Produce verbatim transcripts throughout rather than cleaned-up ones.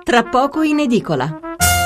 tra poco in edicola.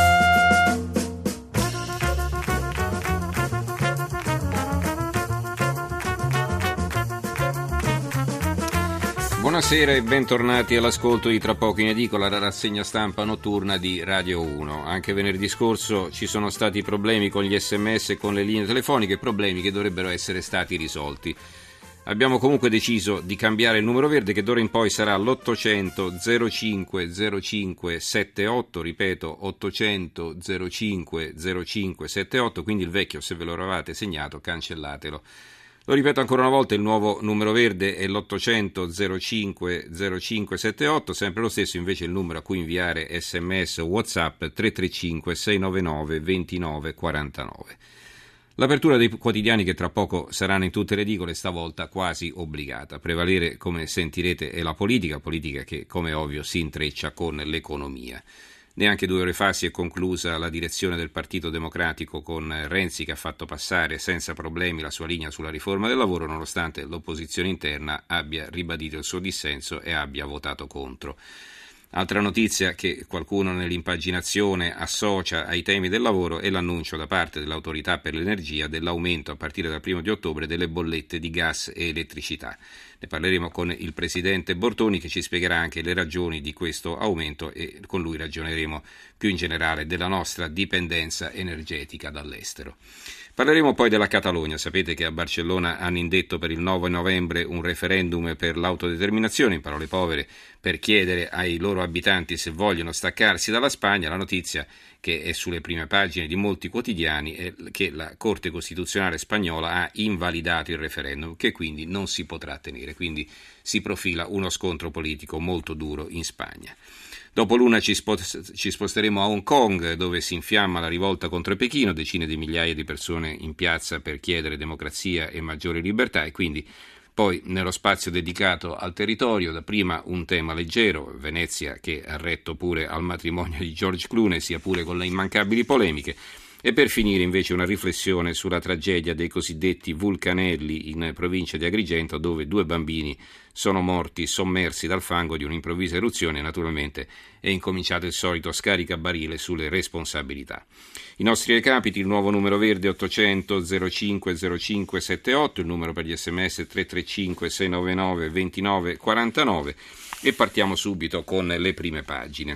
Buonasera e bentornati all'ascolto di Tra poco in edicola, la rassegna stampa notturna di Radio uno. Anche venerdì scorso ci sono stati problemi con gli sms e con le linee telefoniche, problemi che dovrebbero essere stati risolti. Abbiamo comunque deciso di cambiare il numero verde, che d'ora in poi sarà l'ottocento zero cinque zero cinque settantotto, ripeto ottocento zero cinque zero cinque settantotto, quindi il vecchio, se ve lo eravate segnato, cancellatelo. Lo ripeto ancora una volta, il nuovo numero verde è l'ottocento zero cinque zero cinque settantotto, sempre lo stesso invece il numero a cui inviare sms o WhatsApp tre tre cinque sei nove nove due nove quattro nove. L'apertura dei quotidiani, che tra poco saranno in tutte le edicole, stavolta quasi obbligata. A prevalere, come sentirete, è la politica, politica che, come ovvio, si intreccia con l'economia. Neanche due ore fa si è conclusa la direzione del Partito Democratico, con Renzi che ha fatto passare senza problemi la sua linea sulla riforma del lavoro, nonostante l'opposizione interna abbia ribadito il suo dissenso e abbia votato contro. Altra notizia che qualcuno nell'impaginazione associa ai temi del lavoro è l'annuncio da parte dell'Autorità per l'Energia dell'aumento a partire dal primo di ottobre delle bollette di gas e elettricità. Ne parleremo con il Presidente Bortoni, che ci spiegherà anche le ragioni di questo aumento, e con lui ragioneremo più in generale della nostra dipendenza energetica dall'estero. Parleremo poi della Catalogna. Sapete che a Barcellona hanno indetto per il nove novembre un referendum per l'autodeterminazione, in parole povere, per chiedere ai loro abitanti se vogliono staccarsi dalla Spagna. La notizia, che è sulle prime pagine di molti quotidiani, è che la Corte Costituzionale spagnola ha invalidato il referendum, che quindi non si potrà tenere, quindi si profila uno scontro politico molto duro in Spagna. Dopo l'una ci sposteremo a Hong Kong, dove si infiamma la rivolta contro Pechino, decine di migliaia di persone in piazza per chiedere democrazia e maggiori libertà, e quindi poi nello spazio dedicato al territorio, dapprima un tema leggero, Venezia che ha retto pure al matrimonio di George Clooney, sia pure con le immancabili polemiche, e per finire invece una riflessione sulla tragedia dei cosiddetti vulcanelli in provincia di Agrigento, dove due bambini sono morti sommersi dal fango di un'improvvisa eruzione. Naturalmente è incominciato il solito scaricabarile sulle responsabilità. I nostri recapiti: il nuovo numero verde ottocento zero cinque zero cinque settantotto, il numero per gli sms tre tre cinque sei nove nove due nove quattro nove, e partiamo subito con le prime pagine.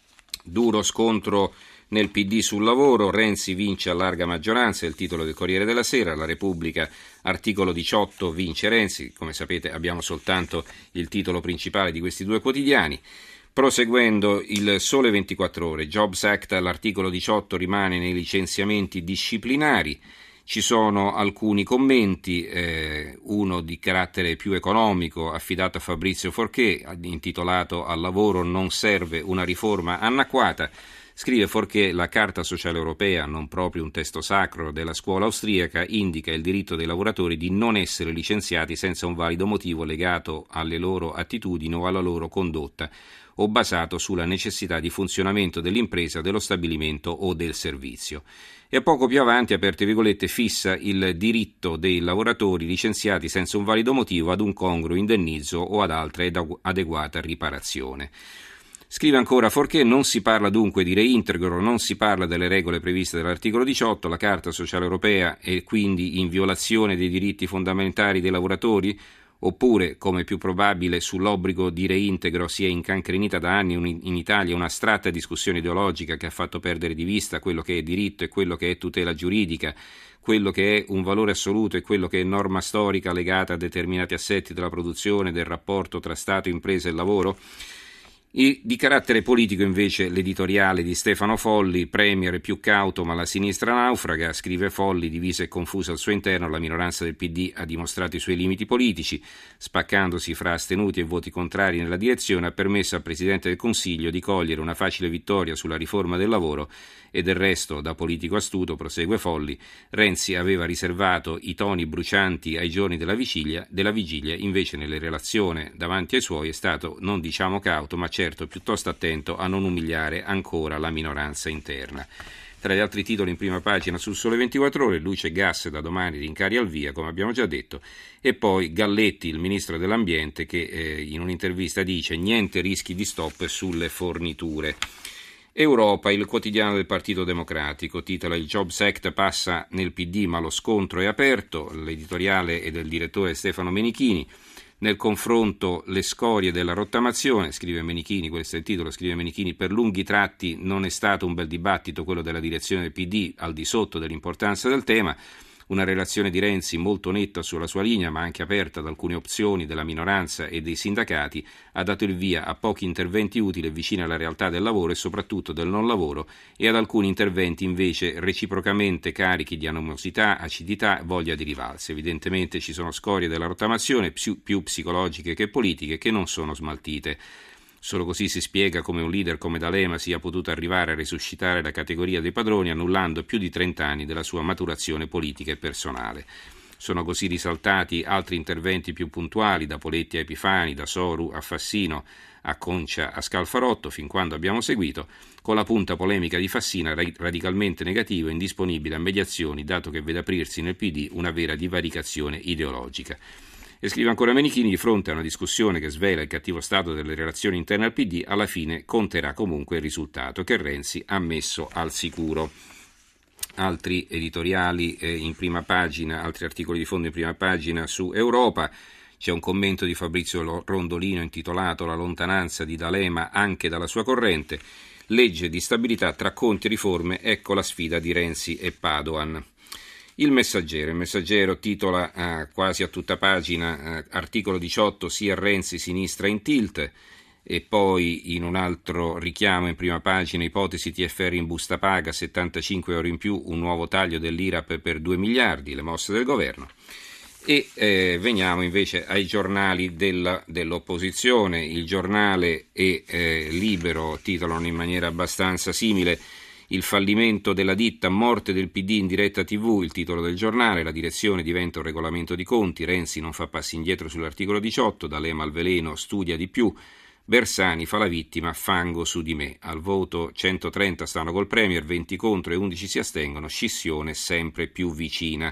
Duro scontro nel P D sul lavoro, Renzi vince a larga maggioranza, è il titolo del Corriere della Sera. La Repubblica, articolo diciotto, vince Renzi. Come sapete abbiamo soltanto il titolo principale di questi due quotidiani. Proseguendo, il Sole ventiquattro Ore, Jobs Act, l'articolo diciotto rimane nei licenziamenti disciplinari. Ci sono alcuni commenti, eh, uno di carattere più economico affidato a Fabrizio Forché, intitolato "Al lavoro non serve una riforma anacquata". Scrive Forché: la Carta Sociale Europea, non proprio un testo sacro della scuola austriaca, indica il diritto dei lavoratori di non essere licenziati senza un valido motivo legato alle loro attitudini o alla loro condotta, o basato sulla necessità di funzionamento dell'impresa, dello stabilimento o del servizio. E poco più avanti, aperte virgolette, fissa il diritto dei lavoratori licenziati senza un valido motivo ad un congruo indennizzo o ad altra adeguata riparazione. Scrive ancora Forché: non si parla dunque di reintegro, non si parla delle regole previste dall'articolo diciotto, la Carta Sociale Europea è quindi in violazione dei diritti fondamentali dei lavoratori? Oppure, come più probabile, sull'obbligo di reintegro si è incancrenita da anni in Italia un'astratta discussione ideologica che ha fatto perdere di vista quello che è diritto e quello che è tutela giuridica, quello che è un valore assoluto e quello che è norma storica legata a determinati assetti della produzione, del rapporto tra Stato, impresa e lavoro? E di carattere politico invece l'editoriale di Stefano Folli, Premier più cauto ma la sinistra naufraga. Scrive Folli: divisa e confusa al suo interno, la minoranza del P D ha dimostrato i suoi limiti politici, spaccandosi fra astenuti e voti contrari nella direzione, ha permesso al Presidente del Consiglio di cogliere una facile vittoria sulla riforma del lavoro, e del resto, da politico astuto, prosegue Folli, Renzi aveva riservato i toni brucianti ai giorni della vigilia, della vigilia invece nelle relazioni davanti ai suoi è stato, non diciamo cauto, ma certo piuttosto attento a non umiliare ancora la minoranza interna. Tra gli altri titoli in prima pagina sul Sole ventiquattro Ore, luce e gas da domani, rincari al via, come abbiamo già detto, e poi Galletti, il ministro dell'ambiente, che eh, in un'intervista dice niente rischi di stop sulle forniture. Europa, il quotidiano del Partito Democratico, titola il Jobs Act passa nel P D ma lo scontro è aperto, l'editoriale è del direttore Stefano Menichini. Nel confronto le scorie della rottamazione, scrive Menichini, questo è il titolo, scrive Menichini, per lunghi tratti non è stato un bel dibattito quello della direzione del P D al di sotto dell'importanza del tema, una relazione di Renzi molto netta sulla sua linea ma anche aperta ad alcune opzioni della minoranza e dei sindacati ha dato il via a pochi interventi utili e vicini alla realtà del lavoro e soprattutto del non lavoro e ad alcuni interventi invece reciprocamente carichi di animosità, acidità, voglia di rivalsa. Evidentemente ci sono scorie della rottamazione più, più psicologiche che politiche che non sono smaltite. Solo così si spiega come un leader come D'Alema sia potuto arrivare a resuscitare la categoria dei padroni annullando più di trenta anni della sua maturazione politica e personale. Sono così risaltati altri interventi più puntuali, da Poletti a Epifani, da Soru a Fassino, a Concia a Scalfarotto, fin quando abbiamo seguito, con la punta polemica di Fassina radicalmente negativa e indisponibile a mediazioni, dato che vede aprirsi nel P D una vera divaricazione ideologica. E scrive ancora Menichini, di fronte a una discussione che svela il cattivo stato delle relazioni interne al P D, alla fine conterà comunque il risultato che Renzi ha messo al sicuro. Altri editoriali eh, in prima pagina, altri articoli di fondo in prima pagina su Europa. C'è un commento di Fabrizio Rondolino intitolato La lontananza di D'Alema anche dalla sua corrente. Legge di stabilità tra conti e riforme, ecco la sfida di Renzi e Padoan. Il Messaggero, il Messaggero titola eh, quasi a tutta pagina, eh, articolo diciotto, sia Renzi sinistra in tilt, e poi in un altro richiamo in prima pagina, ipotesi T F R in busta paga, settantacinque euro in più, un nuovo taglio dell'I R A P per due miliardi, le mosse del governo. E eh, veniamo invece ai giornali della, dell'opposizione. Il Giornale e eh, Libero titolano in maniera abbastanza simile: il fallimento della ditta, morte del P D in diretta tivù, il titolo del giornale, la direzione diventa un regolamento di conti, Renzi non fa passi indietro sull'articolo diciotto, D'Alema al veleno, studia di più, Bersani fa la vittima, fango su di me, al voto centotrenta stanno col Premier, venti contro e undici si astengono, scissione sempre più vicina.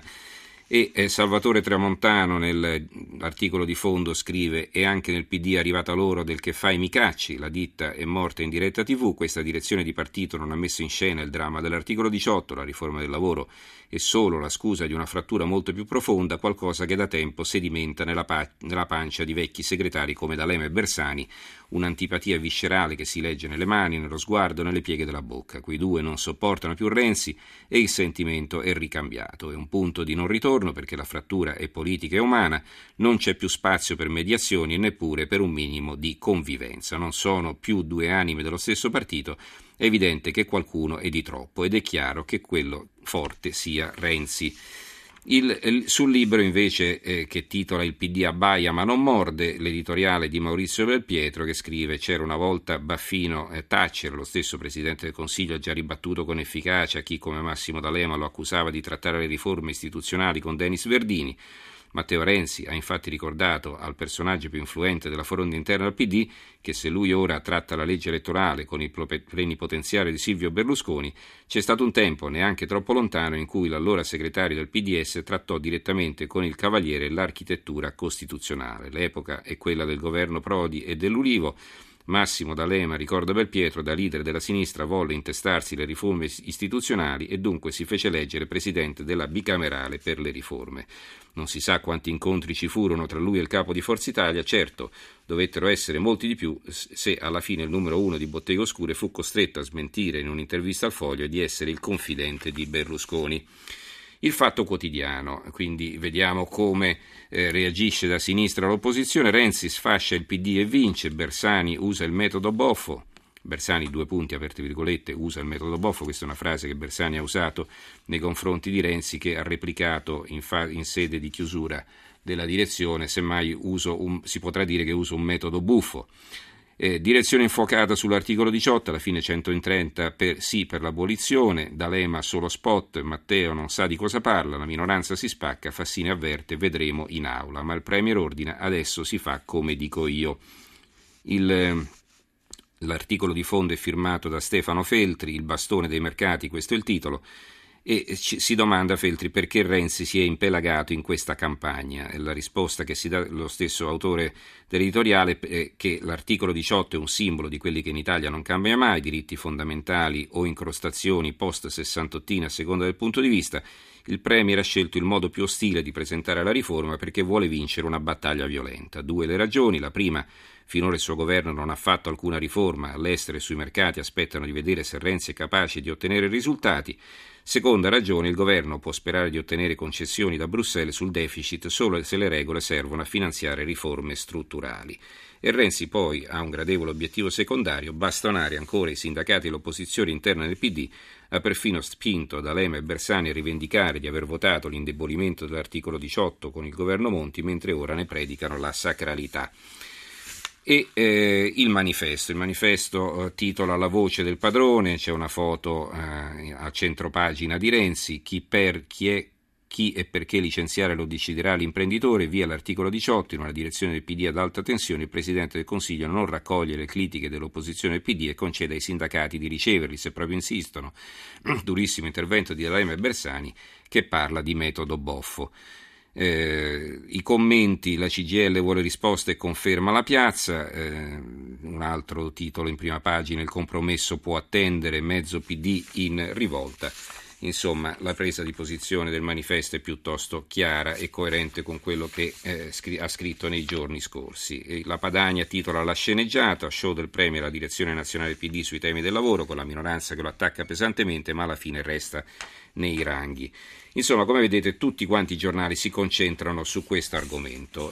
E eh, Salvatore Tramontano nell'articolo di fondo scrive: e anche nel P D è arrivata l'ora del che fai mi cacci, la ditta è morta in diretta tivù, questa direzione di partito non ha messo in scena il dramma dell'articolo diciotto, la riforma del lavoro è solo la scusa di una frattura molto più profonda, qualcosa che da tempo sedimenta nella, pa- nella pancia di vecchi segretari come D'Alema e Bersani, un'antipatia viscerale che si legge nelle mani, nello sguardo, nelle pieghe della bocca. Quei due non sopportano più Renzi e il sentimento è ricambiato. È un punto di non ritorno perché la frattura è politica e umana, non c'è più spazio per mediazioni e neppure per un minimo di convivenza. Non sono più due anime dello stesso partito, è evidente che qualcuno è di troppo ed è chiaro che quello forte sia Renzi. Il, il, sul Libro invece eh, che titola Il P D abbaia ma non morde, l'editoriale di Maurizio Belpietro che scrive: c'era una volta Baffino eh, Thatcher, lo stesso Presidente del Consiglio ha già ribattuto con efficacia chi come Massimo D'Alema lo accusava di trattare le riforme istituzionali con Denis Verdini. Matteo Renzi ha infatti ricordato al personaggio più influente della fronda interna al P D che se lui ora tratta la legge elettorale con il plenipotenziario di Silvio Berlusconi, c'è stato un tempo neanche troppo lontano in cui l'allora segretario del P D S trattò direttamente con il Cavaliere l'architettura costituzionale. L'epoca è quella del governo Prodi e dell'Ulivo. Massimo D'Alema, ricorda Belpietro, da leader della sinistra volle intestarsi le riforme istituzionali e dunque si fece eleggere presidente della bicamerale per le riforme. Non si sa quanti incontri ci furono tra lui e il capo di Forza Italia, certo dovettero essere molti di più se alla fine il numero uno di Botteghe Oscure fu costretto a smentire in un'intervista al Foglio di essere il confidente di Berlusconi. Il Fatto Quotidiano, quindi vediamo come eh, reagisce da sinistra l'opposizione. Renzi sfascia il P D e vince, Bersani usa il metodo Boffo, Bersani due punti aperte virgolette usa il metodo Boffo, questa è una frase che Bersani ha usato nei confronti di Renzi che ha replicato in, fa- in sede di chiusura della direzione, semmai uso un, si potrà dire che uso un metodo buffo. Eh, direzione infuocata sull'articolo diciotto, alla fine centotrenta per, sì per l'abolizione, D'Alema solo spot, Matteo non sa di cosa parla, la minoranza si spacca, Fassini avverte, vedremo in aula, ma il Premier ordina, adesso si fa come dico io. Il, L'articolo di fondo è firmato da Stefano Feltri, il bastone dei mercati, questo è il titolo, e ci, si domanda Feltri perché Renzi si è impelagato in questa campagna. La risposta che si dà lo stesso autore dell'editoriale è che l'articolo diciotto è un simbolo di quelli che in Italia non cambia mai, diritti fondamentali o incrostazioni post sessantottina a seconda del punto di vista. Il Premier ha scelto il modo più ostile di presentare la riforma perché vuole vincere una battaglia violenta. Due le ragioni: la prima, finora il suo governo non ha fatto alcuna riforma, all'estero e sui mercati aspettano di vedere se Renzi è capace di ottenere risultati. Seconda ragione, il governo può sperare di ottenere concessioni da Bruxelles sul deficit solo se le regole servono a finanziare riforme strutturali. E Renzi poi ha un gradevole obiettivo secondario: bastonare ancora i sindacati e l'opposizione interna del P D. Ha perfino spinto D'Alema e Bersani a rivendicare di aver votato l'indebolimento dell'articolo diciotto con il governo Monti, mentre ora ne predicano la sacralità. E eh, il manifesto, il manifesto eh, titola La voce del padrone, c'è una foto eh, a centropagina di Renzi, chi, per, chi è chi e perché licenziare lo deciderà l'imprenditore, via l'articolo diciotto, in una direzione del P D ad alta tensione, il Presidente del Consiglio non raccoglie le critiche dell'opposizione del P D e concede ai sindacati di riceverli se proprio insistono. Durissimo intervento di D'Alema e Bersani che parla di metodo boffo. Eh, I commenti, la C G I L vuole risposte e conferma la piazza, eh, un altro titolo in prima pagina, il compromesso può attendere, mezzo P D in rivolta. Insomma, la presa di posizione del manifesto è piuttosto chiara e coerente con quello che eh, scri- ha scritto nei giorni scorsi. E la Padania titola La sceneggiata, show del Premier alla direzione nazionale P D sui temi del lavoro, con la minoranza che lo attacca pesantemente, ma alla fine resta nei ranghi. Insomma, come vedete, tutti quanti i giornali si concentrano su questo argomento.